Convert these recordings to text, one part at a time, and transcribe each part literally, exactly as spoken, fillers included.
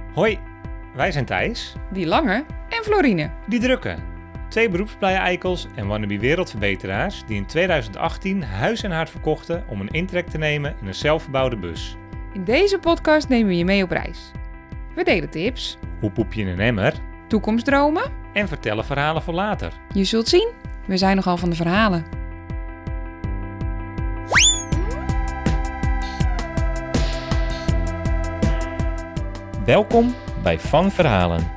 Hoi, wij zijn Thijs, Die Lange en Florine. die Drukke. Twee beroepsblije eikels en wannabe wereldverbeteraars die in tweeduizend achttien huis en hart verkochten om een intrek te nemen in een zelfgebouwde bus. In deze podcast nemen we je mee op reis. We delen tips, Hoe poep je in een emmer? toekomstdromen. En vertellen verhalen voor later. Je zult zien, we zijn nogal van de verhalen. Welkom bij Van Verhalen.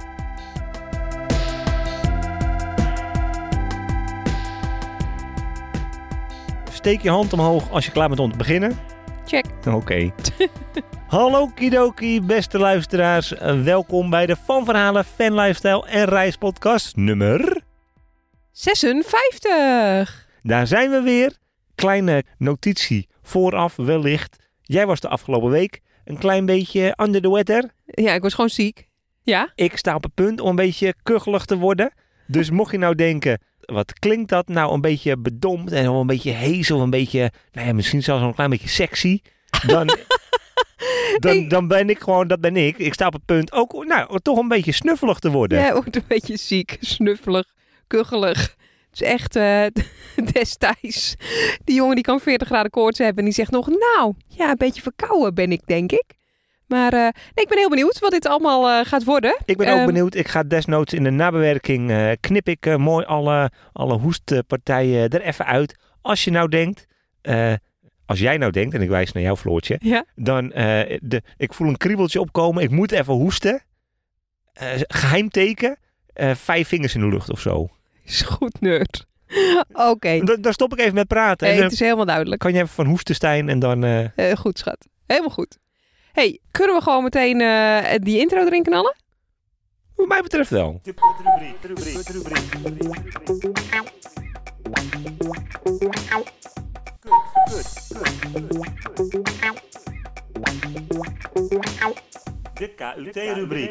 Steek je hand omhoog als je klaar bent om te beginnen. Check. Oké. Okay. Hallo kidoki, beste luisteraars. Welkom bij de Van Verhalen Fan Lifestyle en Reispodcast nummer... zesenvijftig. Daar zijn we weer. Kleine notitie vooraf wellicht. Jij was de afgelopen week een klein beetje under the weather. Ja, ik was gewoon ziek. Ja? Ik sta op het punt om een beetje kuchelig te worden. Dus mocht je nou denken, wat klinkt dat nou een beetje bedompt en wel een beetje hees of een beetje, nou ja, misschien zelfs een klein beetje sexy. Dan, dan, Ik- dan ben ik gewoon, dat ben ik. Ik sta op het punt ook, nou, toch een beetje snuffelig te worden. Jij wordt een beetje ziek, snuffelig, kuchelig. Het is echt uh, destijds. Die jongen die kan veertig graden koorts hebben en die zegt nog, nou, ja, een beetje verkouden ben ik, denk ik. Maar uh, nee, ik ben heel benieuwd wat dit allemaal uh, gaat worden. Ik ben ook Ehm, benieuwd. Ik ga desnoods in de nabewerking uh, knip ik uh, mooi alle, alle hoestpartijen er even uit. Als je nou denkt, uh, als jij nou denkt, en ik wijs naar jou Floortje, Ja? dan uh, de, ik voel een kriebeltje opkomen. Ik moet even hoesten. Uh, geheim teken. Uh, vijf vingers in de lucht of zo. Is goed, nerd. Oké, okay. Da- daar stop ik even met praten. hey, En het dan is helemaal duidelijk. kan je even van hoesten, Stijn, en dan... Uh... Uh, goed, schat. Helemaal goed. Hey, kunnen we gewoon meteen uh, die intro erin knallen? Wat mij betreft wel. De K U T-rubriek.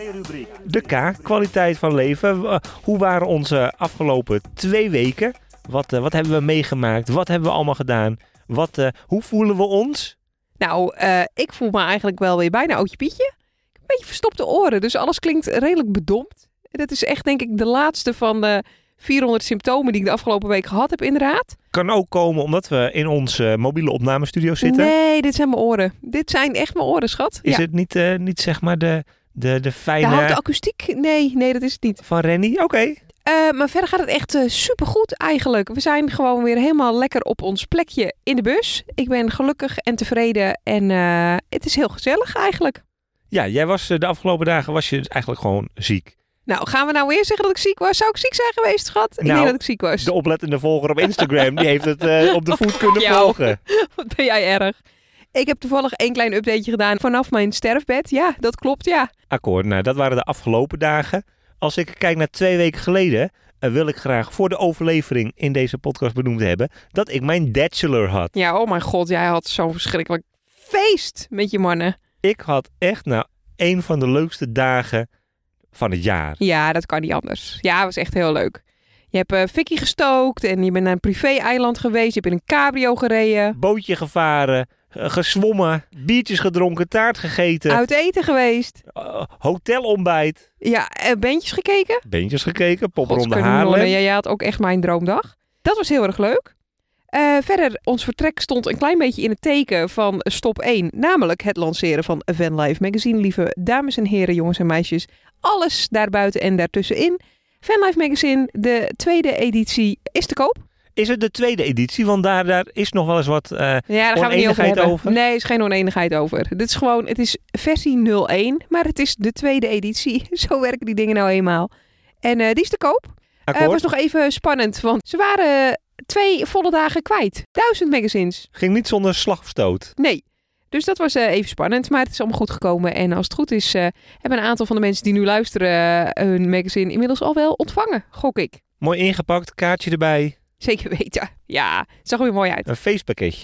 De K, kwaliteit van leven. Uh, hoe waren onze afgelopen twee weken? Wat, uh, wat hebben we meegemaakt? Wat hebben we allemaal gedaan? Wat, uh, hoe voelen we ons? Nou, uh, ik voel me eigenlijk wel weer bijna oudje Pietje. Ik heb een beetje verstopte oren, dus alles klinkt redelijk bedompt. Dat is echt, denk ik, de laatste van de vierhonderd symptomen die ik de afgelopen week gehad heb, inderdaad. Kan ook komen omdat we in ons uh, mobiele opnamestudio zitten. Nee, dit zijn mijn oren. Dit zijn echt mijn oren, schat. Is ja. het niet, uh, niet zeg maar de, de, de De fijne houten akoestiek? Nee, nee, dat is het niet. van Rennie? Oké. Okay. Uh, maar verder gaat het echt uh, supergoed eigenlijk. We zijn gewoon weer helemaal lekker op ons plekje in de bus. Ik ben gelukkig en tevreden en uh, het is heel gezellig eigenlijk. Ja, jij was uh, de afgelopen dagen was je dus eigenlijk gewoon ziek. Nou, gaan we nou weer zeggen dat ik ziek was? Zou ik ziek zijn geweest, schat? Ik Nou, denk dat ik ziek was. De oplettende volger op Instagram, die heeft het uh, op de voet kunnen jou. volgen. Wat ben jij erg. Ik heb toevallig één klein updateje gedaan vanaf mijn sterfbed. Ja, dat klopt, ja. Akkoord, nou dat waren de afgelopen dagen. Als ik kijk naar twee weken geleden, uh, wil ik graag voor de overlevering in deze podcast benoemd hebben dat ik mijn bachelor had. Ja, oh mijn god, jij had zo'n verschrikkelijk feest met je mannen. Ik had echt nou een van de leukste dagen van het jaar. Ja, dat kan niet anders. Ja, het was echt heel leuk. Je hebt uh, Vicky gestookt en je bent naar een privé-eiland geweest. Je hebt in een cabrio gereden. Bootje gevaren, uh, gezwommen, biertjes gedronken, taart gegeten, Uit eten geweest. uh, hotelontbijt, Ja, uh, bandjes gekeken. beentjes gekeken, popronde Godskunde, Nonne, Haarlem. ja, jij had ook echt mijn droomdag. Dat was heel erg leuk. Uh, verder, ons vertrek stond een klein beetje in het teken van stop één. Namelijk het lanceren van Van Life Magazine. Lieve dames en heren, jongens en meisjes. Alles daarbuiten en daartussenin. Van Life Magazine, de tweede editie, is te koop. Is het de tweede editie? Want daar, daar is nog wel eens wat uh, Ja, daar gaan we niet over oneenigheid hebben. over. Nee, er is geen oneenigheid over. Dit is gewoon, het is versie nul één, maar het is de tweede editie. Zo werken die dingen nou eenmaal. En uh, die is te koop. Het uh, was nog even spannend, want ze waren twee volle dagen kwijt. Duizend magazines. Ging niet zonder slag of stoot. Nee. Dus dat was uh, even spannend, maar het is allemaal goed gekomen. En als het goed is, uh, hebben een aantal van de mensen die nu luisteren uh, hun magazine inmiddels al wel ontvangen, gok ik. Mooi ingepakt, kaartje erbij, Zeker weten. Ja, het zag er weer mooi uit. een feestpakketje.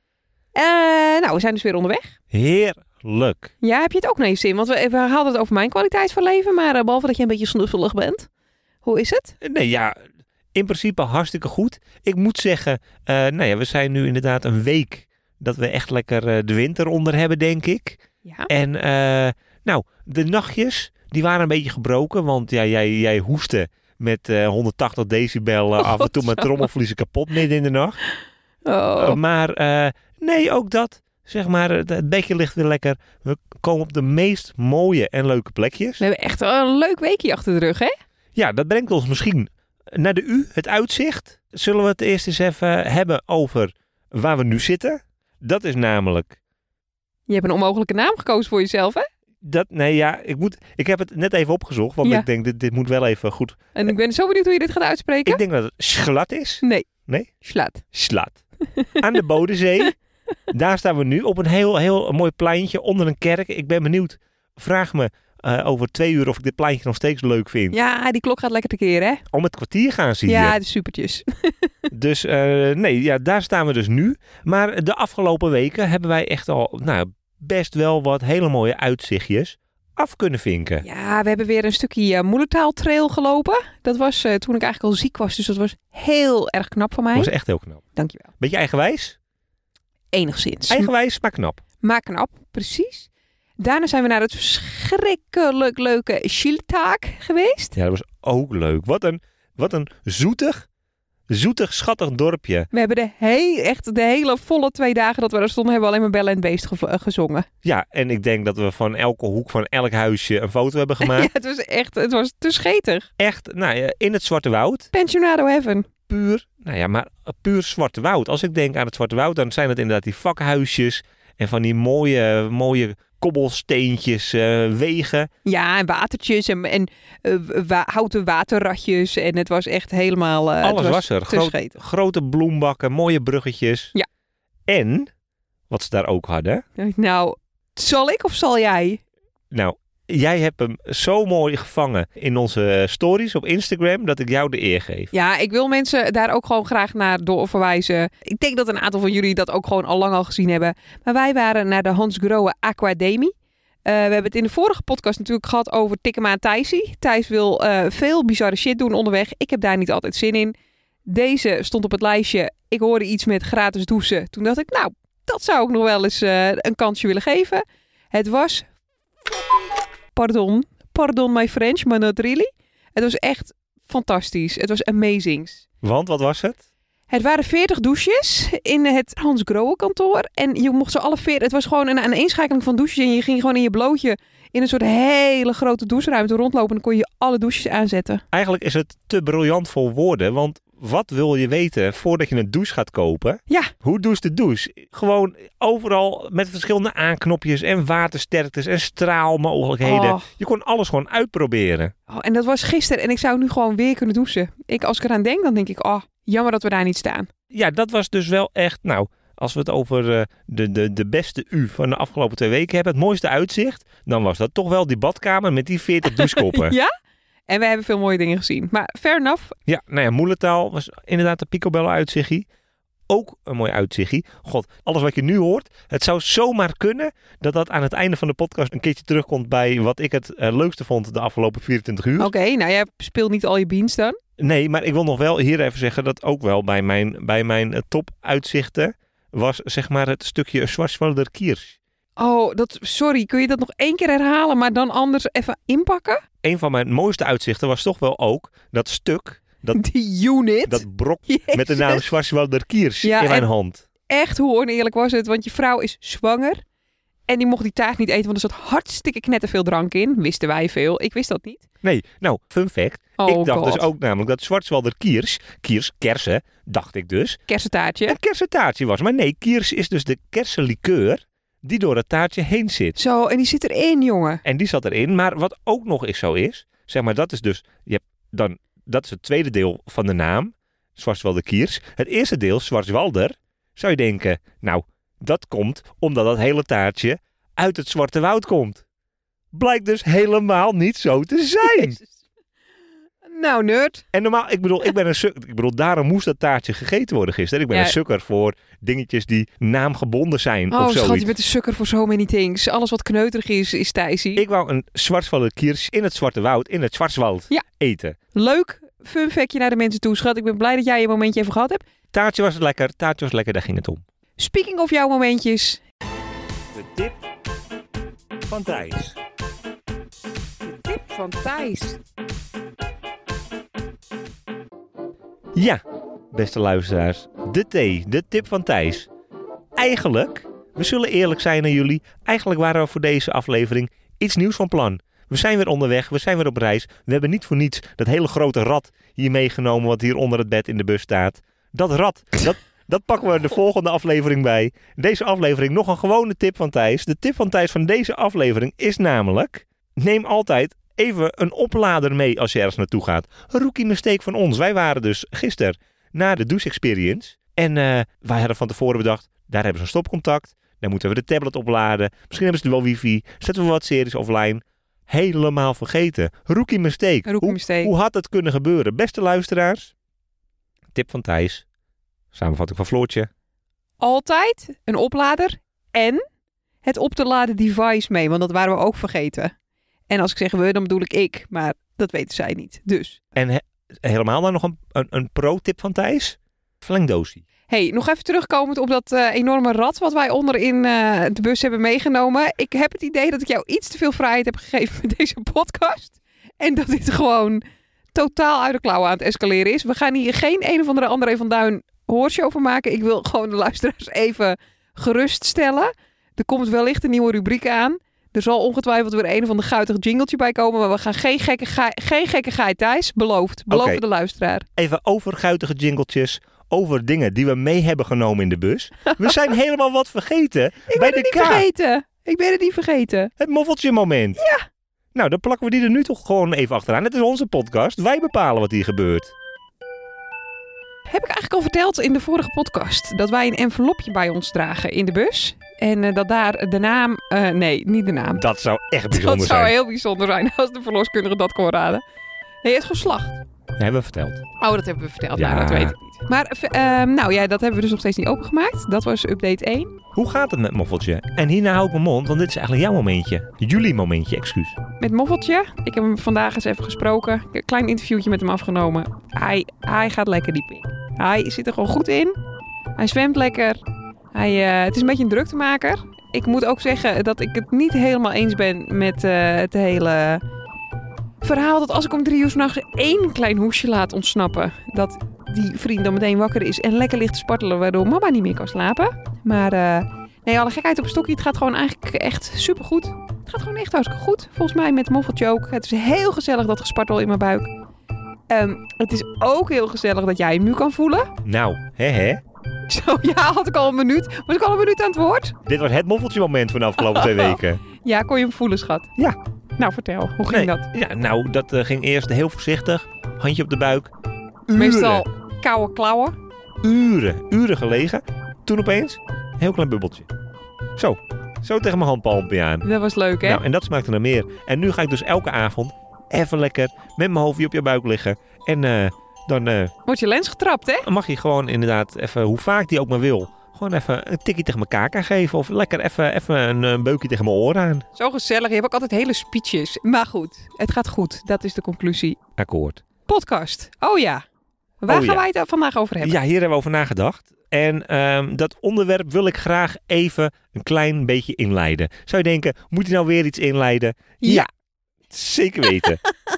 Uh, nou, we zijn dus weer onderweg. Heerlijk. Ja, heb je het ook naar je zin? Want we, we hadden het over mijn kwaliteit van leven, maar uh, behalve dat je een beetje snuffelig bent. Hoe is het? Nee, ja, in principe hartstikke goed. Ik moet zeggen, uh, nou ja, we zijn nu inderdaad een week dat we echt lekker uh, de winter onder hebben, denk ik. Ja. En uh, Nou, de nachtjes, die waren een beetje gebroken. Want ja, jij, jij hoestte met uh, honderdtachtig decibel uh, Oh, af en toe mijn zo. trommelvliezen kapot midden in de nacht. Oh. Uh, maar uh, nee, ook dat. Zeg maar, het, het bedje ligt weer lekker. We komen op de meest mooie en leuke plekjes. We hebben echt een leuk weekje achter de rug, hè? Ja, dat brengt ons misschien naar de U, het uitzicht. Zullen we het eerst eens even hebben over waar we nu zitten? Dat is namelijk... Je hebt een onmogelijke naam gekozen voor jezelf, hè? Dat, nee, ja, ik, moet, ik heb het net even opgezocht, want Ja. ik denk, dit, dit moet wel even goed... En ik ben zo benieuwd hoe je dit gaat uitspreken. Ik denk dat het Schlat is. Nee. Nee? Slaat. Slat. Aan de Bodensee. Daar staan we nu op een heel, heel mooi pleintje onder een kerk. Ik ben benieuwd. Vraag me uh, over twee uur of ik dit pleintje nog steeds leuk vind. Ja, die klok gaat lekker tekeer, hè? Om het kwartier gaan zie je. Ja, de supertjes. Dus uh, nee, ja, daar staan we dus nu. Maar de afgelopen weken hebben wij echt al nou, best wel wat hele mooie uitzichtjes af kunnen vinken. Ja, we hebben weer een stukje uh, moedertaaltrail gelopen. Dat was uh, toen ik eigenlijk al ziek was, dus dat was heel erg knap van mij. Dat was echt heel knap. Dankjewel. Beetje eigenwijs? Enigszins. Eigenwijs, maar knap. Maar knap, precies. Daarna zijn we naar het verschrikkelijk leuke Schiltaak geweest. Ja, dat was ook leuk. Wat een, wat een zoetig, zoetig, schattig dorpje. We hebben de, he- echt de hele volle twee dagen dat we daar stonden, hebben we alleen maar Bellen en het Beest ge- uh, gezongen. Ja, en ik denk dat we van elke hoek van elk huisje een foto hebben gemaakt. Ja, het was echt, het was te schetig. Echt, nou ja, in het Zwarte Woud. Pensionado Heaven. Puur, nou ja, maar puur Zwarte Woud. Als ik denk aan het Zwarte Woud, dan zijn het inderdaad die vakhuisjes en van die mooie, mooie kobbelsteentjes, uh, wegen. Ja, en watertjes en, en uh, wa- houten waterratjes. En het was echt helemaal... Uh, Alles het was, was er. te Groot, schetig. grote bloembakken, mooie bruggetjes. Ja. En, wat ze daar ook hadden. Nou, zal ik of zal jij? Nou, jij hebt hem zo mooi gevangen in onze stories op Instagram dat ik jou de eer geef. Ja, ik wil mensen daar ook gewoon graag naar doorverwijzen. Ik denk dat een aantal van jullie dat ook gewoon al lang al gezien hebben. Maar wij waren naar de Hans Grohe Aquademie. Uh, we hebben het in de vorige podcast natuurlijk gehad over Tikkema en Thijsie. Thijs wil uh, veel bizarre shit doen onderweg. Ik heb daar niet altijd zin in. Deze stond op het lijstje. Ik hoorde iets met gratis douchen. Toen dacht ik, nou, dat zou ik nog wel eens uh, een kansje willen geven. Het was... Pardon. Pardon my French, maar not really. Het was echt fantastisch. Het was amazing. Want, wat was het? Het waren veertig douches in het Hans Grohe kantoor. En je mocht ze alle veertig... Het was gewoon een aaneenschakeling van douches. En je ging gewoon in je blootje in een soort hele grote doucheruimte rondlopen. En dan kon je alle douches aanzetten. Eigenlijk is het te briljant voor woorden. Want wat wil je weten voordat je een douche gaat kopen? Ja. Hoe doucht de douche? Gewoon overal met verschillende aanknopjes en watersterktes en straalmogelijkheden. Oh. Je kon alles gewoon uitproberen. Oh, en dat was gisteren. En ik zou nu gewoon weer kunnen douchen. Ik, als ik eraan denk, dan denk ik... Oh, jammer dat we daar niet staan. Ja, dat was dus wel echt... Nou, als we het over uh, de, de, de beste U van de afgelopen twee weken hebben... het mooiste uitzicht... dan was dat toch wel die badkamer met die veertig douchekoppen. Ja? En we hebben veel mooie dingen gezien. Maar fair enough. Ja, nou ja, Moelentaal was inderdaad een picobello uitzichtie. Ook een mooi uitzichtie. God, alles wat je nu hoort, het zou zomaar kunnen dat dat aan het einde van de podcast een keertje terugkomt bij wat ik het uh, leukste vond de afgelopen vierentwintig uur. Oké, okay, nou jij speelt niet al je beans dan. Nee, maar ik wil nog wel hier even zeggen dat ook wel bij mijn, bij mijn uh, topuitzichten was zeg maar het stukje Schwarzwälder Kirsch. Oh, dat, sorry, kun je dat nog één keer herhalen, maar dan anders even inpakken? Een van mijn mooiste uitzichten was toch wel ook dat stuk, dat, die unit, dat brok Jezus. met de naam Schwarzwälder Kirsch ja, in mijn hand. Echt, hoe oneerlijk was het? Want je vrouw is zwanger en die mocht die taart niet eten, want er zat hartstikke knetterveel drank in. Wisten wij veel, ik wist dat niet. Nee, nou, fun fact. Oh, ik dacht God. dus ook namelijk dat Schwarzwälder Kirsch, Kirsch, kersen, dacht ik dus, Kersentaartje. een kersentaartje was. Maar nee, Kirsch is dus de kersenlikeur die door het taartje heen zit. Zo, en die zit erin, jongen. En die zat erin. Maar wat ook nog eens zo is, zeg maar, dat is dus, je hebt dan, dat is het tweede deel van de naam, Schwarzwälder Kirsch. Het eerste deel, Schwarzwälder, zou je denken, nou, dat komt omdat dat hele taartje uit het Zwarte Woud komt. Blijkt dus helemaal niet zo te zijn. Jezus. Nou, nerd. En normaal, ik bedoel, ik ben een sukker. Ik bedoel, daarom moest dat taartje gegeten worden gisteren. Ik ben Ja. een sukker voor dingetjes die naamgebonden zijn Oh, of schat, zoiets. je bent een sukker voor so many things. Alles wat kneuterig is, is Thijsie. Ik wou een Schwarzwälder Kirsch in het Zwarte Woud, in het Schwarzwald Ja. eten. Leuk fun factje naar de mensen toe, schat. Ik ben blij dat jij je momentje even gehad hebt. Taartje was lekker, taartje was lekker, daar ging het om. Speaking of jouw momentjes. De tip van Thijs. van Thijs. Ja, beste luisteraars. De thee, de tip van Thijs. Eigenlijk, we zullen eerlijk zijn aan jullie. Eigenlijk waren we voor deze aflevering iets nieuws van plan. We zijn weer onderweg, we zijn weer op reis. We hebben niet voor niets dat hele grote rad hier meegenomen wat hier onder het bed in de bus staat. Dat rad, dat, dat pakken we de volgende aflevering bij. Deze aflevering nog een gewone tip van Thijs. De tip van Thijs van deze aflevering is namelijk... Neem altijd even een oplader mee als je ergens naartoe gaat. Een rookie mistake van ons. Wij waren dus gisteren naar de Douche Experience. En uh, wij hadden van tevoren bedacht, daar hebben ze een stopcontact. Daar moeten we de tablet opladen. Misschien hebben ze wel wifi. Zetten we wat series offline. Helemaal vergeten. Rookie mistake. Rookie hoe, mistake. hoe had het kunnen gebeuren? Beste luisteraars. Tip van Thijs. Samenvatting van Floortje. Altijd een oplader en het op te laden device mee. Want dat waren we ook vergeten. En als ik zeg we, dan bedoel ik ik. Maar dat weten zij niet. Dus. En he, helemaal dan nog een, een, een pro-tip van Thijs. Verlengdoosie. Hey, nog even terugkomend op dat uh, enorme rad wat wij onderin uh, de bus hebben meegenomen. Ik heb het idee dat ik jou iets te veel vrijheid heb gegeven met deze podcast. En dat dit gewoon totaal uit de klauwen aan het escaleren is. We gaan hier geen een of andere André van Duin hoorshow van maken. Ik wil gewoon de luisteraars even geruststellen. Er komt wellicht een nieuwe rubriek aan. Er zal ongetwijfeld weer een of ander guitig jingletje bij komen. Maar we gaan geen gekke gaai, geen gekke gaai Thijs. Beloofd. Beloven okay. De luisteraar. Even over guitige jingletjes. Over dingen die we mee hebben genomen in de bus. We zijn helemaal wat vergeten. Ik bij ben het de niet K. vergeten. Ik ben het niet vergeten. Het moffeltje moment. Ja. Nou, dan plakken we die er nu toch gewoon even achteraan. Het is onze podcast. Wij bepalen wat hier gebeurt. Heb ik eigenlijk al verteld in de vorige podcast dat wij een envelopje bij ons dragen in de bus. En uh, dat daar de naam... Uh, nee, niet de naam. Dat zou echt bijzonder zijn. Dat zou heel bijzonder zijn als de verloskundige dat kon raden. Nee, het geslacht. Dat hebben we verteld. Oh, dat hebben we verteld. Ja. Nou, dat weet ik niet. Maar uh, nou ja, dat hebben we dus nog steeds niet opengemaakt. Dat was update één. Hoe gaat het met Moffeltje? En hierna hou ik mijn mond, want dit is eigenlijk jouw momentje. Jullie momentje, excuus. Met Moffeltje? Ik heb hem vandaag eens even gesproken. Ik heb een klein interviewtje met hem afgenomen. Hij, hij gaat lekker die pik. Hij zit er gewoon goed in. Hij zwemt lekker. Hij, uh, het is een beetje een druktemaker. Ik moet ook zeggen dat ik het niet helemaal eens ben met uh, het hele verhaal dat als ik om drie uur 's nachts één klein hoesje laat ontsnappen, dat die vriend dan meteen wakker is en lekker ligt te spartelen, waardoor mama niet meer kan slapen. Maar uh, nee, alle gekheid op een stokje. Het gaat gewoon eigenlijk echt supergoed. Het gaat gewoon echt hartstikke goed. Volgens mij met Moffeltje ook. Het is heel gezellig dat gespartel in mijn buik. Um, het is ook heel gezellig dat jij hem nu kan voelen. Nou, hè hè. Zo, ja, had ik al een minuut. Was ik al een minuut aan het woord? Dit was het Moffeltje moment van de afgelopen twee weken. Ja, kon je hem voelen, schat? Ja. Nou, vertel. Hoe ging nee, dat? Ja, nou, dat uh, ging eerst heel voorzichtig. Handje op de buik. Uren. Meestal koude klauwen. Uren, uren gelegen. Toen opeens, een heel klein bubbeltje. Zo, zo tegen mijn handpalmpje aan. Dat was leuk, hè? Nou, en dat smaakte naar meer. En nu ga ik dus elke avond even lekker met mijn hoofdje op je buik liggen. En uh, dan uh, Word je lens getrapt, hè? mag je gewoon inderdaad even, hoe vaak die ook maar wil, gewoon even een tikje tegen mijn kaak aan geven. Of lekker even, even een, een beukje tegen mijn oren aan. Zo gezellig. Je hebt ook altijd hele speeches. Maar goed, het gaat goed. Dat is de conclusie. Akkoord. Podcast. Oh ja. Waar oh, gaan ja. wij het vandaag over hebben? Ja, hier hebben we over nagedacht. En um, dat onderwerp wil ik graag even een klein beetje inleiden. Zou je denken, moet hij nou weer iets inleiden? Ja. Ja, zeker weten.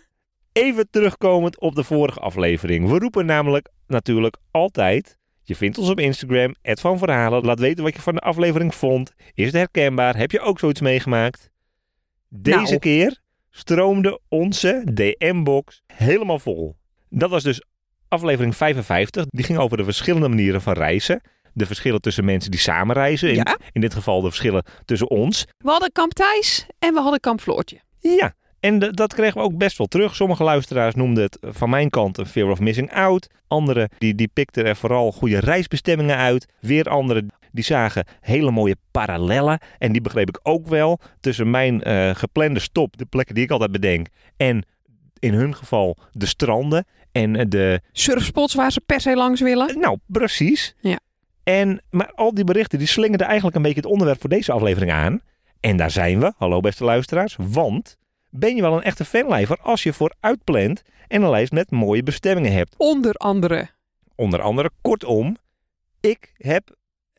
Even terugkomend op de vorige aflevering. We roepen namelijk natuurlijk altijd, je vindt ons op Instagram, at Van Verhalen. Laat weten wat je van de aflevering vond. Is het herkenbaar? Heb je ook zoiets meegemaakt? Deze Nou. keer stroomde onze D M-box helemaal vol. Dat was dus aflevering vijfenvijftig. Die ging over de verschillende manieren van reizen. De verschillen tussen mensen die samen reizen. In, Ja. in dit geval de verschillen tussen ons. We hadden kamp Thijs en we hadden kamp Floortje. Ja, en de, dat kregen we ook best wel terug. Sommige luisteraars noemden het van mijn kant een fear of missing out. Anderen die, die pikten er vooral goede reisbestemmingen uit. Weer anderen die zagen hele mooie parallellen. En die begreep ik ook wel tussen mijn uh, geplande stop, de plekken die ik altijd bedenk, en in hun geval de stranden en de Surfspots waar ze per se langs willen. Nou, precies. Ja. En, maar al die berichten die slingerden eigenlijk een beetje het onderwerp voor deze aflevering aan. En daar zijn we, hallo beste luisteraars, want ben je wel een echte fanlijfer als je vooruit plant en een lijst met mooie bestemmingen hebt. Onder andere. Onder andere, kortom, ik heb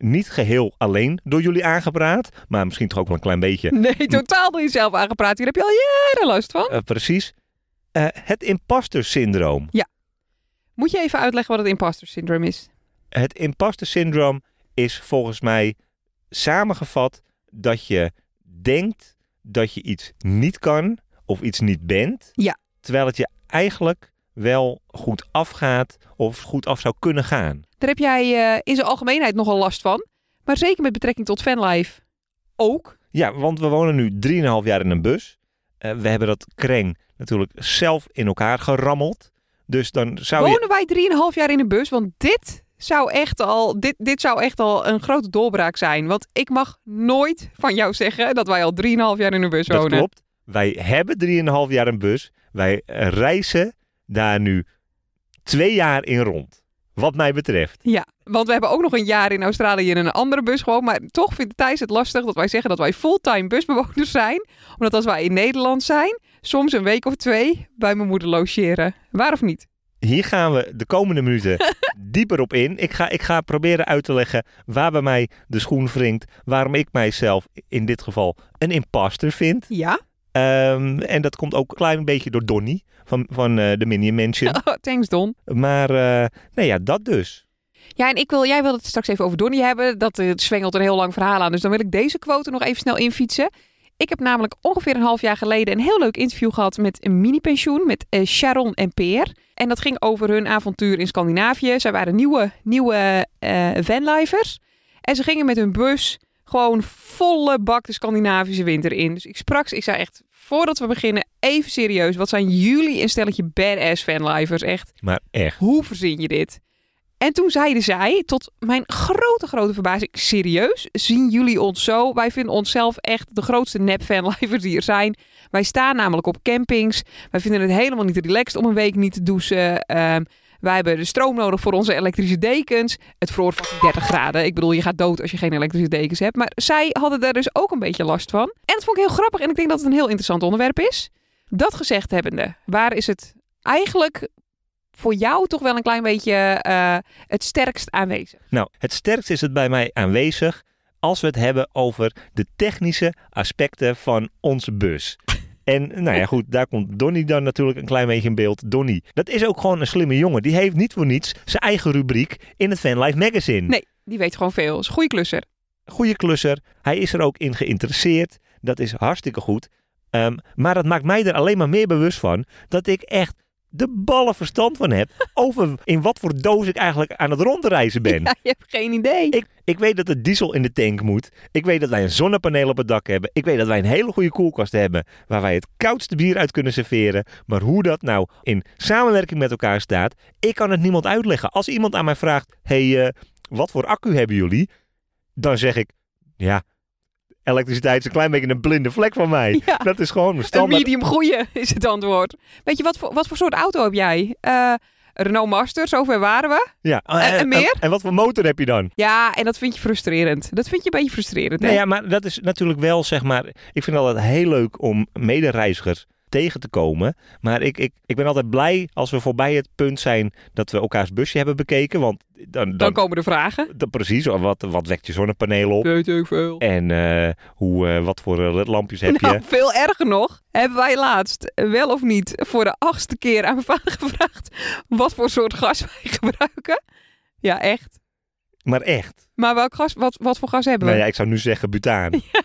niet geheel alleen door jullie aangepraat, maar misschien toch ook wel een klein beetje. Nee, totaal door jezelf aangepraat. Hier heb je al jaren last van. Uh, precies. Uh, het imposter syndroom. Ja. Moet je even uitleggen wat het imposter syndroom is? Het imposter syndroom is volgens mij samengevat dat je denkt dat je iets niet kan of iets niet bent. Ja. Terwijl het je eigenlijk wel goed afgaat of goed af zou kunnen gaan. Daar heb jij uh, in zijn algemeenheid nogal last van. Maar zeker met betrekking tot Vanlife ook. Ja, want we wonen nu drieënhalf jaar in een bus. Uh, we hebben dat kreng natuurlijk zelf in elkaar gerammeld. Dus dan zou Wonen je... wij drieënhalf jaar in een bus? Want dit zou echt al, dit, dit zou echt al een grote doorbraak zijn. Want ik mag nooit van jou zeggen dat wij al drieënhalf jaar in een bus dat wonen. Dat klopt. Wij hebben drieënhalf jaar een bus. Wij reizen daar nu twee jaar in rond. Wat mij betreft. Ja, want we hebben ook nog een jaar in Australië in een andere bus gewoond. Maar toch vindt Thijs het lastig dat wij zeggen dat wij fulltime busbewoners zijn. Omdat als wij in Nederland zijn, soms een week of twee bij mijn moeder logeren. Waar of niet? Hier gaan we de komende minuten dieper op in. Ik ga, ik ga proberen uit te leggen waar bij mij de schoen wringt. Waarom ik mijzelf in dit geval een imposter vind. Ja. Um, en dat komt ook een klein beetje door Donnie van, van uh, de Minion Mansion. Oh, thanks Don. Maar uh, nee, ja, dat dus. Ja, en ik wil, jij wilde het straks even over Donnie hebben. Dat uh, zwengelt een heel lang verhaal aan. Dus dan wil ik deze quote nog even snel infietsen. Ik heb namelijk ongeveer een half jaar geleden een heel leuk interview gehad met een mini-pensioen met uh, Sharon en Peer. En dat ging over hun avontuur in Scandinavië. Zij waren nieuwe, nieuwe uh, vanlifers. En ze gingen met hun bus gewoon volle bak de Scandinavische winter in. Dus ik sprak ze, ik zei echt, voordat we beginnen, even serieus. Wat zijn jullie een stelletje badass vanlifers, echt. Maar echt. Hoe verzin je dit? En toen zeiden zij, tot mijn grote, grote verbazing, serieus, zien jullie ons zo? Wij vinden onszelf echt de grootste nep-vanlifers die er zijn. Wij staan namelijk op campings. Wij vinden het helemaal niet relaxed om een week niet te douchen. Um, wij hebben de stroom nodig voor onze elektrische dekens. Het vroor fucking dertig graden. Ik bedoel, je gaat dood als je geen elektrische dekens hebt. Maar zij hadden daar dus ook een beetje last van. En dat vond ik heel grappig en ik denk dat het een heel interessant onderwerp is. Dat gezegd hebbende, waar is het eigenlijk voor jou toch wel een klein beetje uh, het sterkst aanwezig? Nou, het sterkst is het bij mij aanwezig als we het hebben over de technische aspecten van onze bus. En nou ja, goed, daar komt Donnie dan natuurlijk een klein beetje in beeld. Donnie, dat is ook gewoon een slimme jongen. Die heeft niet voor niets zijn eigen rubriek in het Vanlife Magazine. Nee, die weet gewoon veel. Is een goede klusser. Goeie klusser. Hij is er ook in geïnteresseerd. Dat is hartstikke goed. Um, maar dat maakt mij er alleen maar meer bewust van dat ik echt de ballen verstand van heb over in wat voor doos ik eigenlijk aan het rondreizen ben. Ja, je hebt geen idee. Ik, ik weet dat er diesel in de tank moet. Ik weet dat wij een zonnepaneel op het dak hebben. Ik weet dat wij een hele goede koelkast hebben waar wij het koudste bier uit kunnen serveren. Maar hoe dat nou in samenwerking met elkaar staat, ik kan het niemand uitleggen. Als iemand aan mij vraagt, hey, uh, wat voor accu hebben jullie? Dan zeg ik, ja, elektriciteit is een klein beetje een blinde vlek van mij. Ja, dat is gewoon een standaard. Een medium goeie is het antwoord. Weet je, wat voor, wat voor soort auto heb jij? Uh, Renault Master, zover waren we. Ja. Uh, en, en meer? En, en wat voor motor heb je dan? Ja, en dat vind je frustrerend. Dat vind je een beetje frustrerend, hè? Nee, ja, maar dat is natuurlijk wel, zeg maar, ik vind het altijd heel leuk om medereizigers tegen te komen. Maar ik, ik, ik ben altijd blij als we voorbij het punt zijn dat we elkaars busje hebben bekeken. Want dan, dan, dan komen de vragen. Dan, precies, wat, wat wekt je zonnepaneel op? Weet ik veel. En uh, hoe, uh, wat voor uh, lampjes heb nou, je? Veel erger nog, hebben wij laatst wel of niet voor de achtste keer aan mijn vader gevraagd wat voor soort gas wij gebruiken. Ja, echt. Maar echt? Maar welk gas, wat, wat voor gas hebben we? Nou ja, ik zou nu zeggen butaan. Ja.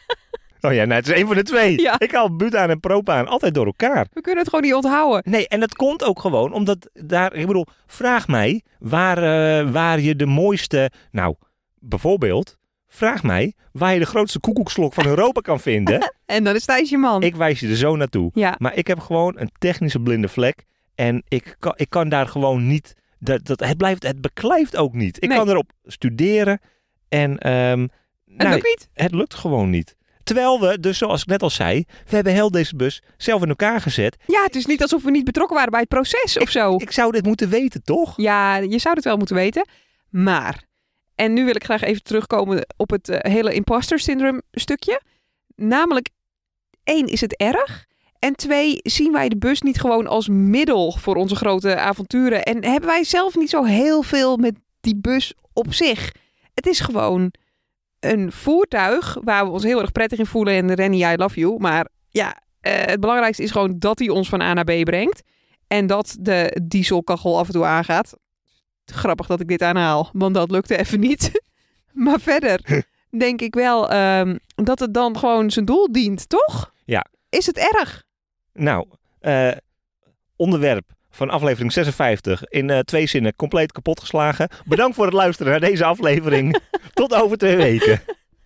Oh ja, nou, het is één van de twee. Ja. Ik haal butaan en propaan altijd door elkaar. We kunnen het gewoon niet onthouden. Nee, en dat komt ook gewoon omdat daar, ik bedoel, vraag mij waar, uh, waar je de mooiste, nou, bijvoorbeeld, vraag mij waar je de grootste koekoekslok van Europa kan vinden. En dan is Thijs je man. Ik wijs je er zo naartoe. Ja. Maar ik heb gewoon een technische blinde vlek en ik kan, ik kan daar gewoon niet, dat, dat, het, blijft, het beklijft ook niet. Ik nee. kan erop studeren en um, het nou, lukt niet. Het lukt gewoon niet. Terwijl we, dus zoals ik net al zei, we hebben heel deze bus zelf in elkaar gezet. Ja, het is niet alsof we niet betrokken waren bij het proces of ik, zo. Ik zou dit moeten weten, toch? Ja, je zou het wel moeten weten. Maar, en nu wil ik graag even terugkomen op het uh, hele imposter syndrome stukje. Namelijk, één, is het erg? En twee, zien wij de bus niet gewoon als middel voor onze grote avonturen? En hebben wij zelf niet zo heel veel met die bus op zich? Het is gewoon een voertuig waar we ons heel erg prettig in voelen. En Rennie, I love you. Maar ja, uh, het belangrijkste is gewoon dat hij ons van A naar B brengt. En dat de dieselkachel af en toe aangaat. Grappig dat ik dit aanhaal, want dat lukte even niet. Maar verder denk ik wel um, dat het dan gewoon zijn doel dient, toch? Ja. Is het erg? Nou, uh, onderwerp van aflevering zesenvijftig in uh, twee zinnen compleet kapotgeslagen. Bedankt voor het luisteren naar deze aflevering. Tot over twee weken.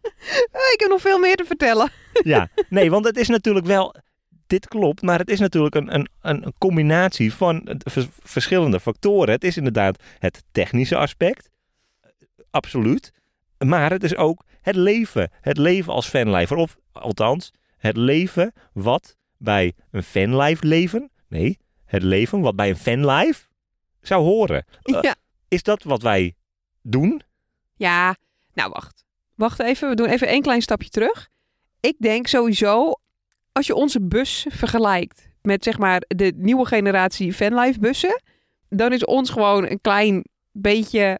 Ik heb nog veel meer te vertellen. Ja, nee, want het is natuurlijk wel... Dit klopt, maar het is natuurlijk een, een, een combinatie van vers- verschillende factoren. Het is inderdaad het technische aspect. Absoluut. Maar het is ook het leven. Het leven als fanlifer. Of althans, het leven wat bij een fanlife leven... Nee, het leven wat bij een fanlife zou horen. Uh, Ja. Is dat wat wij doen? Ja, nou wacht. Wacht even, we doen even één klein stapje terug. Ik denk sowieso, als je onze bus vergelijkt met zeg maar de nieuwe generatie fanlife bussen, dan is ons gewoon een klein beetje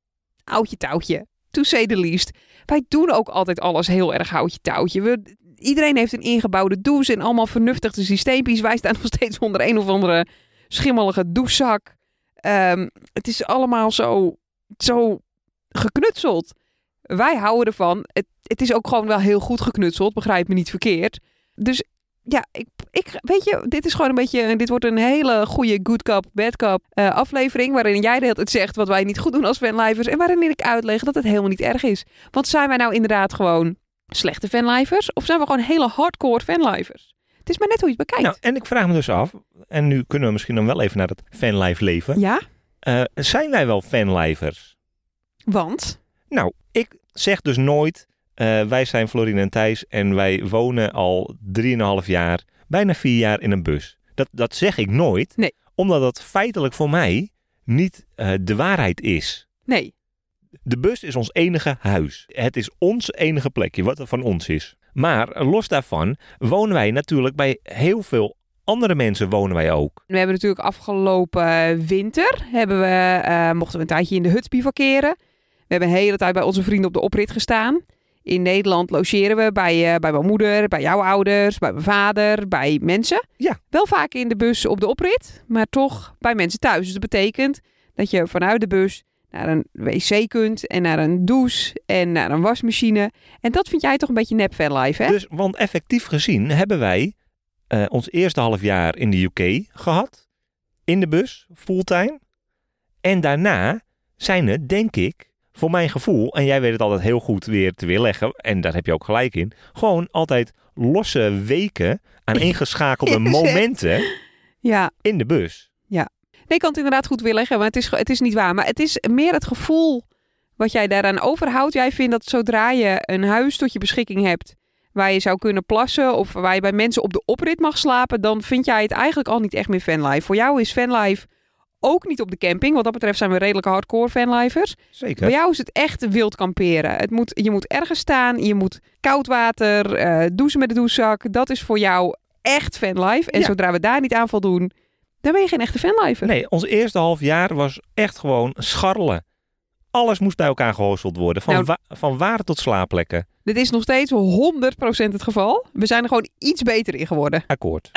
oudje touwtje. To say the least. Wij doen ook altijd alles heel erg houtje touwtje. We, iedereen heeft een ingebouwde douche en allemaal vernuftige systeempjes. Wij staan nog steeds onder een of andere schimmelige douchezak. Um, het is allemaal zo, zo geknutseld. Wij houden ervan. Het, het is ook gewoon wel heel goed geknutseld. Begrijp me niet verkeerd. Dus ja, ik, ik, weet je, dit is gewoon een beetje, dit wordt een hele goede good cop, bad cop uh, aflevering. Waarin jij de hele tijd zegt wat wij niet goed doen als fanlifers. En waarin ik uitleg dat het helemaal niet erg is. Want zijn wij nou inderdaad gewoon slechte fanlifers? Of zijn we gewoon hele hardcore fanlifers? Het is maar net hoe je het bekijkt. Nou, en ik vraag me dus af, en nu kunnen we misschien dan wel even naar het fanlife leven. Ja? Uh, zijn wij wel fanlifers? Want? Nou, ik zeg dus nooit, uh, wij zijn Florine en Thijs en wij wonen al drieënhalf jaar, bijna vier jaar in een bus. Dat, dat zeg ik nooit, Nee. Omdat dat feitelijk voor mij niet uh, de waarheid is. Nee. De bus is ons enige huis. Het is ons enige plekje, wat er van ons is. Maar los daarvan wonen wij natuurlijk bij heel veel andere mensen wonen wij ook. We hebben natuurlijk afgelopen winter, hebben we, uh, mochten we een tijdje in de hut bivakeren. We hebben een hele tijd bij onze vrienden op de oprit gestaan. In Nederland logeren we bij, uh, bij mijn moeder, bij jouw ouders, bij mijn vader, bij mensen. Ja. Wel vaak in de bus op de oprit, maar toch bij mensen thuis. Dus dat betekent dat je vanuit de bus naar een wc kunt en naar een douche en naar een wasmachine. En dat vind jij toch een beetje nep fanlife, hè? Dus, want effectief gezien hebben wij uh, ons eerste half jaar in de U K gehad. In de bus, fulltime. En daarna zijn het, denk ik, voor mijn gevoel, en jij weet het altijd heel goed weer te weerleggen, en daar heb je ook gelijk in, gewoon altijd losse weken aan ingeschakelde momenten Ja. in de bus. Nee, ik kan het inderdaad goed weerleggen, maar het is, het is niet waar. Maar het is meer het gevoel wat jij daaraan overhoudt. Jij vindt dat zodra je een huis tot je beschikking hebt waar je zou kunnen plassen of waar je bij mensen op de oprit mag slapen, dan vind jij het eigenlijk al niet echt meer fanlife. Voor jou is fanlife ook niet op de camping. Wat dat betreft zijn we redelijke hardcore fanlifers. Zeker. Bij jou is het echt wild kamperen. Het moet, je moet ergens staan, je moet koud water, uh, douchen met de douchezak. Dat is voor jou echt fanlife. En Ja. zodra we daar niet aan voldoen, dan ben je geen echte fanlifer. Nee, ons eerste half jaar was echt gewoon scharrelen. Alles moest bij elkaar gehosteld worden. Van, Nou, wa- van waren tot slaapplekken. Dit is nog steeds honderd procent het geval. We zijn er gewoon iets beter in geworden. Akkoord.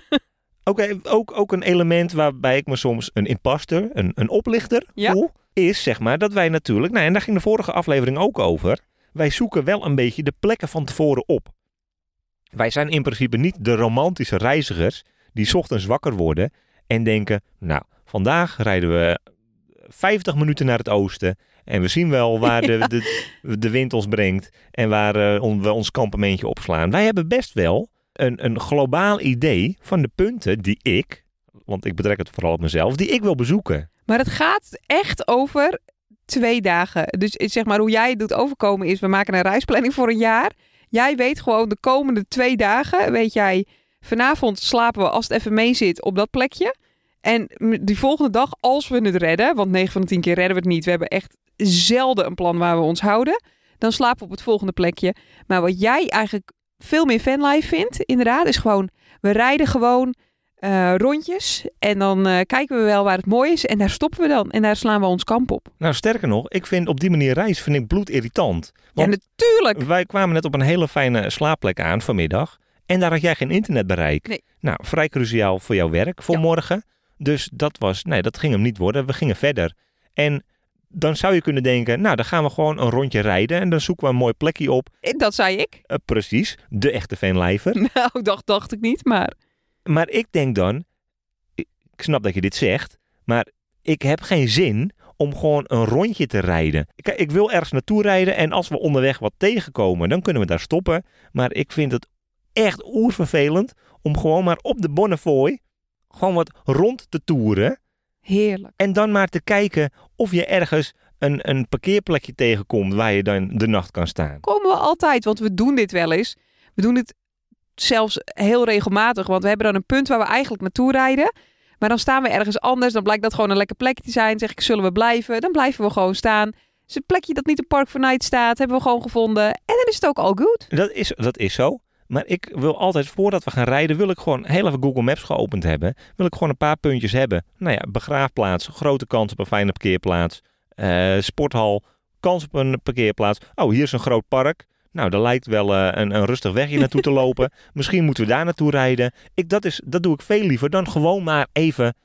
Oké, ook, ook een element waarbij ik me soms een imposter, een, een oplichter Ja. voel, is zeg maar dat wij natuurlijk, nou en daar ging de vorige aflevering ook over, wij zoeken wel een beetje de plekken van tevoren op. Wij zijn in principe niet de romantische reizigers die 's ochtends wakker worden en denken, nou, vandaag rijden we vijftig minuten naar het oosten en we zien wel waar de, Ja. de, de wind ons brengt en waar uh, on, we ons kampementje opslaan. Wij hebben best wel een, een globaal idee van de punten die ik, want ik betrek het vooral op mezelf, die ik wil bezoeken. Maar het gaat echt over twee dagen. Dus zeg maar hoe jij het doet overkomen is, we maken een reisplanning voor een jaar. Jij weet gewoon de komende twee dagen, weet jij, vanavond slapen we als het even mee zit op dat plekje. En die volgende dag, als we het redden, want negen van de tien keer redden we het niet. We hebben echt zelden een plan waar we ons houden. Dan slapen we op het volgende plekje. Maar wat jij eigenlijk veel meer fanlife vindt, inderdaad, is gewoon, we rijden gewoon uh, rondjes. En dan uh, kijken we wel waar het mooi is. En daar stoppen we dan. En daar slaan we ons kamp op. Nou, sterker nog, ik vind op die manier reizen vind ik bloedirritant. Ja, natuurlijk. Wij kwamen net op een hele fijne slaapplek aan vanmiddag. En daar had jij geen internetbereik. Nee. Nou, vrij cruciaal voor jouw werk voor Ja. morgen. Dus dat was, nee, dat ging hem niet worden. We gingen verder. En dan zou je kunnen denken, nou, dan gaan we gewoon een rondje rijden. En dan zoeken we een mooi plekje op. Dat zei ik. Uh, precies, de echte Venlijver. Nou, dacht, dacht ik niet, maar... Maar ik denk dan, ik snap dat je dit zegt, maar ik heb geen zin om gewoon een rondje te rijden. Ik, ik wil ergens naartoe rijden en als we onderweg wat tegenkomen, dan kunnen we daar stoppen. Maar ik vind het echt oervervelend om gewoon maar op de Bonnefoy gewoon wat rond te toeren. Heerlijk. En dan maar te kijken of je ergens een, een parkeerplekje tegenkomt waar je dan de nacht kan staan. Komen we altijd, want we doen dit wel eens. We doen dit zelfs heel regelmatig, want we hebben dan een punt waar we eigenlijk naartoe rijden. Maar dan staan we ergens anders, dan blijkt dat gewoon een lekker plekje te zijn. Zeg ik, zullen we blijven? Dan blijven we gewoon staan. Dus het plekje dat niet op Park for Night staat, hebben we gewoon gevonden. En dan is het ook al goed. Dat is, dat is zo. Maar ik wil altijd, voordat we gaan rijden, wil ik gewoon heel even Google Maps geopend hebben. Wil ik gewoon een paar puntjes hebben. Nou ja, begraafplaats, grote kans op een fijne parkeerplaats. Uh, sporthal, kans op een parkeerplaats. Oh, hier is een groot park. Nou, daar lijkt wel uh, een, een rustig wegje naartoe te lopen. Misschien moeten we daar naartoe rijden. Ik, dat, is, dat doe ik veel liever dan gewoon maar even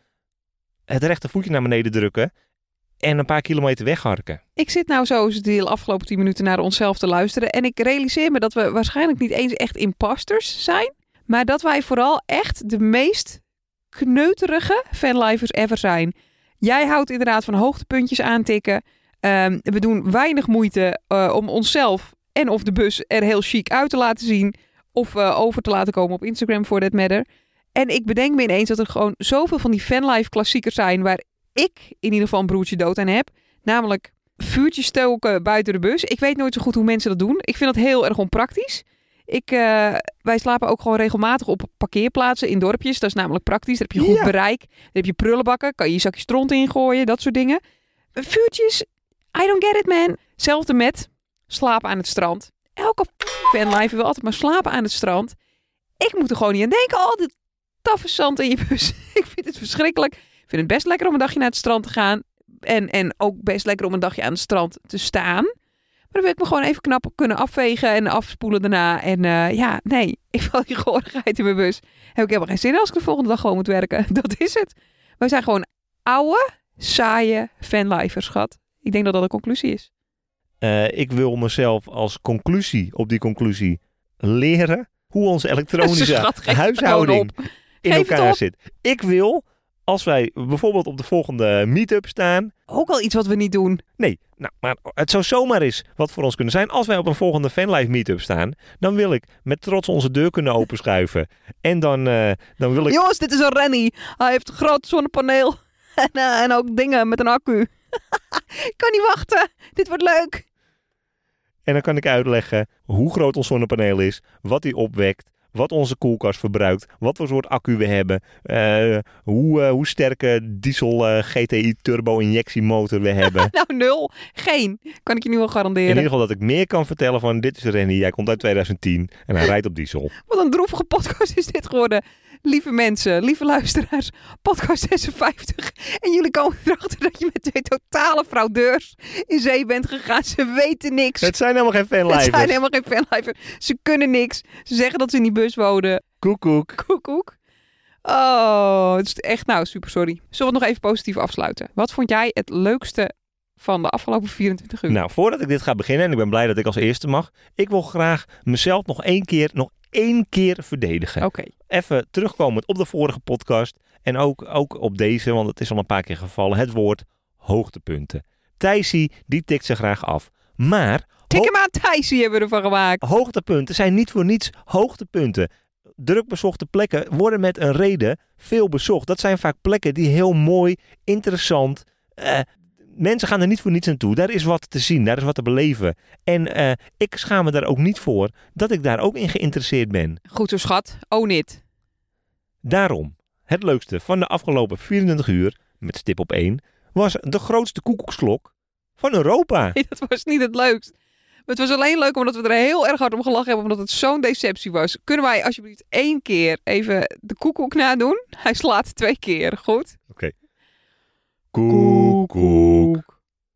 het rechtervoetje naar beneden drukken en een paar kilometer wegharken. Ik zit nou zo de afgelopen tien minuten naar onszelf te luisteren en ik realiseer me dat we waarschijnlijk niet eens echt imposters zijn, maar dat wij vooral echt de meest kneuterige fanlivers ever zijn. Jij houdt inderdaad van hoogtepuntjes aantikken. Um, we doen weinig moeite uh, om onszelf en of de bus er heel chic uit te laten zien. Of uh, over te laten komen op Instagram for that matter. En ik bedenk me ineens dat er gewoon zoveel van die fanlife klassiekers zijn waar ik in ieder geval een broertje dood aan heb. Namelijk vuurtjes stoken buiten de bus. Ik weet nooit zo goed hoe mensen dat doen. Ik vind dat heel erg onpraktisch. Ik, uh, wij slapen ook gewoon regelmatig op parkeerplaatsen in dorpjes. Dat is namelijk praktisch. Daar heb je goed Ja. bereik. Daar heb je prullenbakken. Kan je je zakje stront ingooien. Dat soort dingen. Vuurtjes. I don't get it, man. Hetzelfde met slapen aan het strand. Elke fanlife wil altijd maar slapen aan het strand. Ik moet er gewoon niet aan denken. Al dit taffe zand in je bus. Ik vind het verschrikkelijk. Ik vind het best lekker om een dagje naar het strand te gaan. En, en ook best lekker om een dagje aan het strand te staan. Maar dan wil ik me gewoon even knap kunnen afvegen en afspoelen daarna. En uh, ja, nee, ik val die gorigheid in mijn bus. Heb ik helemaal geen zin in als ik de volgende dag gewoon moet werken. Dat is het. Wij zijn gewoon oude, saaie fanlifers, schat. Ik denk dat dat de conclusie is. Uh, ik wil mezelf als conclusie op die conclusie leren hoe onze elektronische Schat, geef het huishouding gewoon in Geef het elkaar op. zit. Ik wil, als wij bijvoorbeeld op de volgende meetup staan. Ook al iets wat we niet doen. Nee, nou, maar het zou zomaar eens wat voor ons kunnen zijn. Als wij op een volgende fanlife meetup staan, dan wil ik met trots onze deur kunnen openschuiven. En dan, uh, dan wil ik... Jongens, dit is een Rennie. Hij heeft een groot zonnepaneel. En, uh, en ook dingen met een accu. Ik kan niet wachten. Dit wordt leuk. En dan kan ik uitleggen hoe groot ons zonnepaneel is, wat die opwekt, wat onze koelkast verbruikt, wat voor soort accu we hebben, uh, hoe, uh, hoe sterke diesel uh, G T I turbo injectiemotor we hebben. Nou, nul. Geen. Kan ik je nu wel garanderen. In ieder geval dat ik meer kan vertellen van dit is Rennie, hij komt uit twintig tien en hij rijdt op diesel. Wat een droevige podcast is dit geworden. Lieve mensen, lieve luisteraars, podcast zesenvijftig. En jullie komen erachter dat je met twee totale fraudeurs in zee bent gegaan. Ze weten niks. Het zijn helemaal geen Het fanlifers. zijn helemaal geen fanlifers. Ze kunnen niks. Ze zeggen dat ze in die bus wonen. Koek koek. Koek, koek. Oh, het is echt nou super sorry. Zullen we het nog even positief afsluiten? Wat vond jij het leukste van de afgelopen vierentwintig uur? Nou, voordat ik dit ga beginnen, en ik ben blij dat ik als eerste mag, ik wil graag mezelf nog één keer, nog één keer verdedigen. Oké. Even terugkomend op de vorige podcast en ook, ook op deze, want het is al een paar keer gevallen, het woord hoogtepunten. Thijsie, die tikt ze graag af. Maar Tik ho- hem aan, Thijsie hebben we ervan gemaakt. hoogtepunten zijn niet voor niets hoogtepunten. Druk bezochte plekken worden met een reden veel bezocht. Dat zijn vaak plekken die heel mooi, interessant... Uh, mensen gaan er niet voor niets naartoe. Daar is wat te zien, daar is wat te beleven. En uh, ik schaam me daar ook niet voor dat ik daar ook in geïnteresseerd ben. Goed zo, schat. Own it. Daarom, het leukste van de afgelopen vierentwintig uur, met stip op één, was de grootste koekoeksklok van Europa. Nee, dat was niet het leukst. Het was alleen leuk omdat we er heel erg hard om gelachen hebben, omdat het zo'n deceptie was. Kunnen wij alsjeblieft één keer even de koekoek nadoen? Hij slaat twee keer, goed? Oké. Koekoek.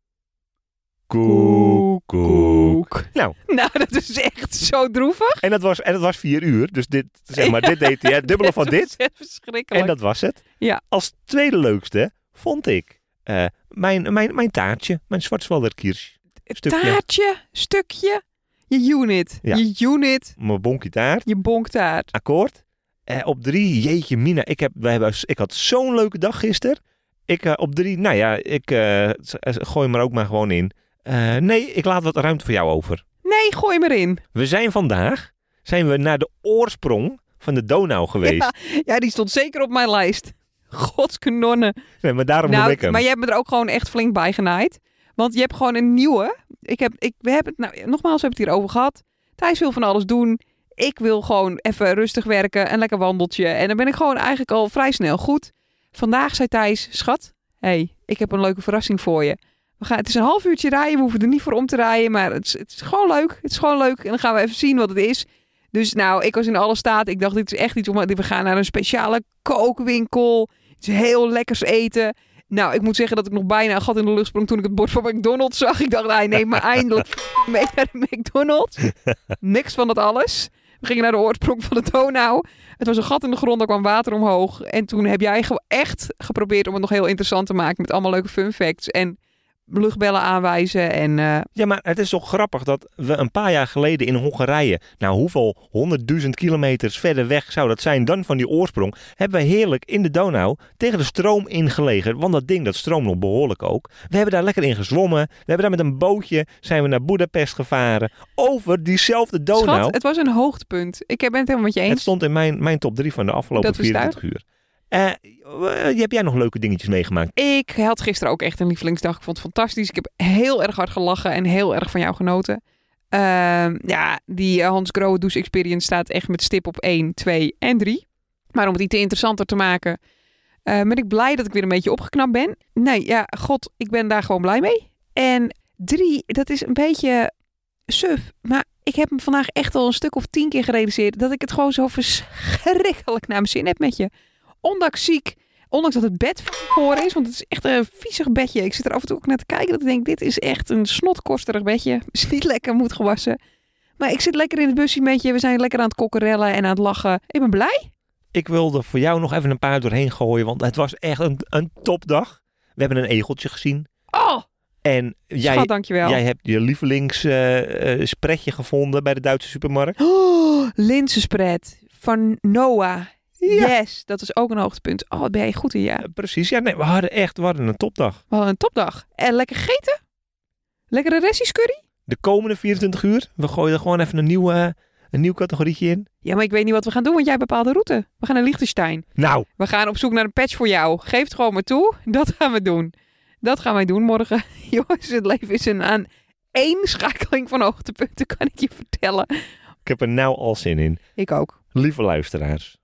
Koekoek. Nou, Nou, dat is echt zo droevig. en dat was, en dat was vier uur. Dus dit, zeg maar, dit deed hij, het dubbele van Dat dit. is echt verschrikkelijk. En dat was het. Ja. Als tweede leukste vond ik uh, mijn, mijn, mijn taartje. Mijn Schwarzwälder Kirsch. Stukje. Taartje, stukje, je unit. Ja. Je unit, Mijn bonkje taart. je bonktaart. Akkoord. Uh, op drie, jeetje mina. Ik, heb, wij hebben, ik had zo'n leuke dag gisteren. Ik uh, op drie, nou ja, ik uh, gooi hem er ook maar gewoon in. Uh, nee, ik laat wat ruimte voor jou over. Nee, gooi hem erin. We zijn vandaag, zijn we naar de oorsprong van de Donau geweest. Ja, ja, die stond zeker op mijn lijst. Godskanonnen. Nee, maar daarom noem ik Nou, hem. maar je hebt me er ook gewoon echt flink bij genaaid. Want je hebt gewoon een nieuwe. Ik heb, ik, we hebben het, nou, nogmaals, we hebben het hier over gehad. Thijs wil van alles doen. Ik wil gewoon even rustig werken, een lekker wandeltje. En dan ben ik gewoon eigenlijk al vrij snel goed. Vandaag zei Thijs, schat, hey, ik heb een leuke verrassing voor je. We gaan, het is een half uurtje rijden, we hoeven er niet voor om te rijden. Maar het is, het is gewoon leuk. Het is gewoon leuk. En dan gaan we even zien wat het is. Dus nou, ik was in alle staat. Ik dacht, dit is echt iets om... We gaan naar een speciale kookwinkel. Iets heel lekkers eten. Nou, ik moet zeggen dat ik nog bijna een gat in de lucht sprong toen ik het bord van McDonald's zag. Ik dacht, hij neemt me eindelijk mee naar de McDonald's. Niks van dat alles. We gingen naar de oorsprong van de Donau. Het was een gat in de grond, er kwam water omhoog. En toen heb jij ge- echt geprobeerd om het nog heel interessant te maken met allemaal leuke fun facts en luchtbellen aanwijzen. En, uh... Ja, maar het is toch grappig dat we een paar jaar geleden in Hongarije, nou hoeveel honderdduizend kilometers verder weg zou dat zijn dan van die oorsprong, hebben we heerlijk in de Donau tegen de stroom ingelegen. Want dat ding, dat stroomt nog behoorlijk ook. We hebben daar lekker in gezwommen. We hebben daar met een bootje, zijn we naar Boedapest gevaren. Over diezelfde Donau. Schat, het was een hoogtepunt. Ik ben het helemaal met je eens. Het stond in mijn, mijn top drie van de afgelopen Dat is vierentwintig uur. Uh, heb jij nog leuke dingetjes meegemaakt? Ik had gisteren ook echt een lievelingsdag. Ik vond het fantastisch. Ik heb heel erg hard gelachen en heel erg van jou genoten. Uh, ja, die Hans Grohe Douche Experience staat echt met stip op één, twee en drie. Maar om het iets interessanter te maken, uh, ben ik blij dat ik weer een beetje opgeknapt ben. Nee, ja, god, ik ben daar gewoon blij mee. En drie, dat is een beetje suf. Maar ik heb hem vandaag echt al een stuk of tien keer gerealiseerd dat ik het gewoon zo verschrikkelijk naar mijn zin heb met je. Ondanks ziek, ondanks dat het bed voor is, want het is echt een viezig bedje. Ik zit er af en toe ook naar te kijken dat ik denk, dit is echt een snotkosterig bedje. Is niet lekker, moet gewassen. Maar ik zit lekker in het busje met je. We zijn lekker aan het kokkerellen en aan het lachen. Ik ben blij. Ik wilde voor jou nog even een paar doorheen gooien, want het was echt een, een topdag. We hebben een egeltje gezien. Oh, en jij, schat, dankjewel. Jij hebt je lievelings uh, uh, spreadje gevonden bij de Duitse supermarkt. Oh, linzenspread van Noah. Ja. Yes, dat is ook een hoogtepunt. Oh, ben je goed in, ja. Uh, precies, ja, nee, we hadden echt, we hadden een topdag. We hadden een topdag. En lekker gegeten? Lekkere resties curry? De komende vierentwintig uur, we gooien er gewoon even een nieuw, uh, een nieuw categorietje in. Ja, maar ik weet niet wat we gaan doen, want jij bepaalt de route. We gaan naar Liechtenstein. Nou. We gaan op zoek naar een patch voor jou. Geef het gewoon maar toe. Dat gaan we doen. Dat gaan wij doen morgen. Jongens, het leven is een aan één schakeling van hoogtepunten, kan ik je vertellen. Ik heb er nou al zin in. Ik ook. Lieve luisteraars.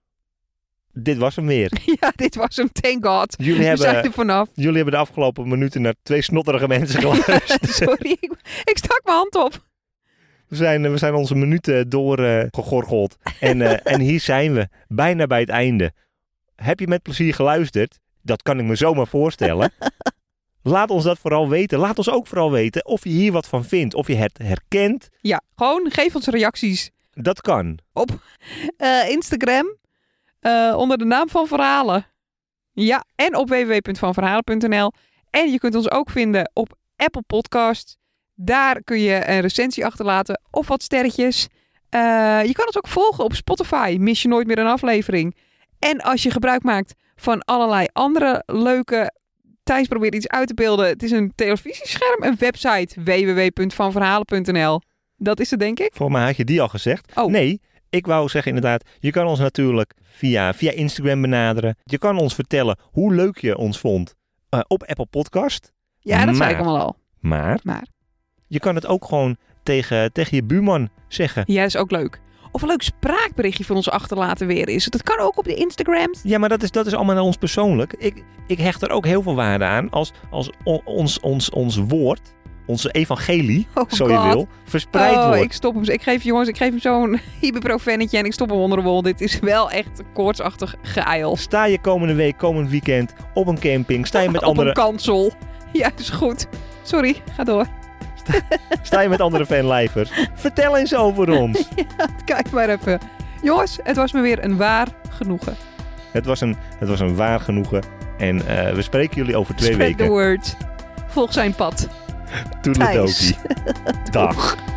Dit was hem weer. Ja, dit was hem. Thank God. Jullie we hebben, zijn er vanaf. Jullie hebben de afgelopen minuten naar twee snotterige mensen geluisterd. Sorry, ik, ik stak mijn hand op. We zijn, we zijn onze minuten doorgegorgeld. Uh, en, uh, en hier zijn we. Bijna bij het einde. Heb je met plezier geluisterd? Dat kan ik me zomaar voorstellen. Laat ons dat vooral weten. Laat ons ook vooral weten of je hier wat van vindt. Of je het herkent. Ja, gewoon geef ons reacties. Dat kan. Op uh, Instagram. Uh, onder de naam Van Verhalen. Ja, en op w w w punt van verhalen punt n l. En je kunt ons ook vinden op Apple Podcast. Daar kun je een recensie achterlaten of wat sterretjes. Uh, je kan ons ook volgen op Spotify. Mis je nooit meer een aflevering. En als je gebruik maakt van allerlei andere leuke... Thijs probeert iets uit te beelden. Het is een televisiescherm, een website. w w w punt van verhalen punt n l. Dat is het, denk ik. Voor mij had je die al gezegd. Oh. Nee, ik wou zeggen inderdaad, je kan ons natuurlijk via, via Instagram benaderen. Je kan ons vertellen hoe leuk je ons vond uh, op Apple Podcast. Ja, dat maar, zei ik allemaal al. Maar, maar je kan het ook gewoon tegen, tegen je buurman zeggen. Ja, dat is ook leuk. Of een leuk spraakberichtje van ons achterlaten weer is. Dat kan ook op de Instagrams. Ja, maar dat is, dat is allemaal naar ons persoonlijk. Ik, ik hecht er ook heel veel waarde aan als, als on, ons, ons, ons woord, onze evangelie, Oh zo je God. wil, verspreid oh, wordt. ik stop hem. Ik geef, jongens, ik geef hem zo'n ibuprofennetje en ik stop hem onder de wol. Dit is wel echt koortsachtig geijel. Sta je komende week, komend weekend op een camping, sta je met Op andere, een kansel. Ja, is goed. Sorry, ga door. sta je met andere fanlijvers. Vertel eens over ons. Kijk maar even. Jongens, het was me weer een waar genoegen. Het was een, het was een waar genoegen. En uh, we spreken jullie over twee Spread weken. the word. Volg zijn pad. Toedeledokie. Thijs. Dag.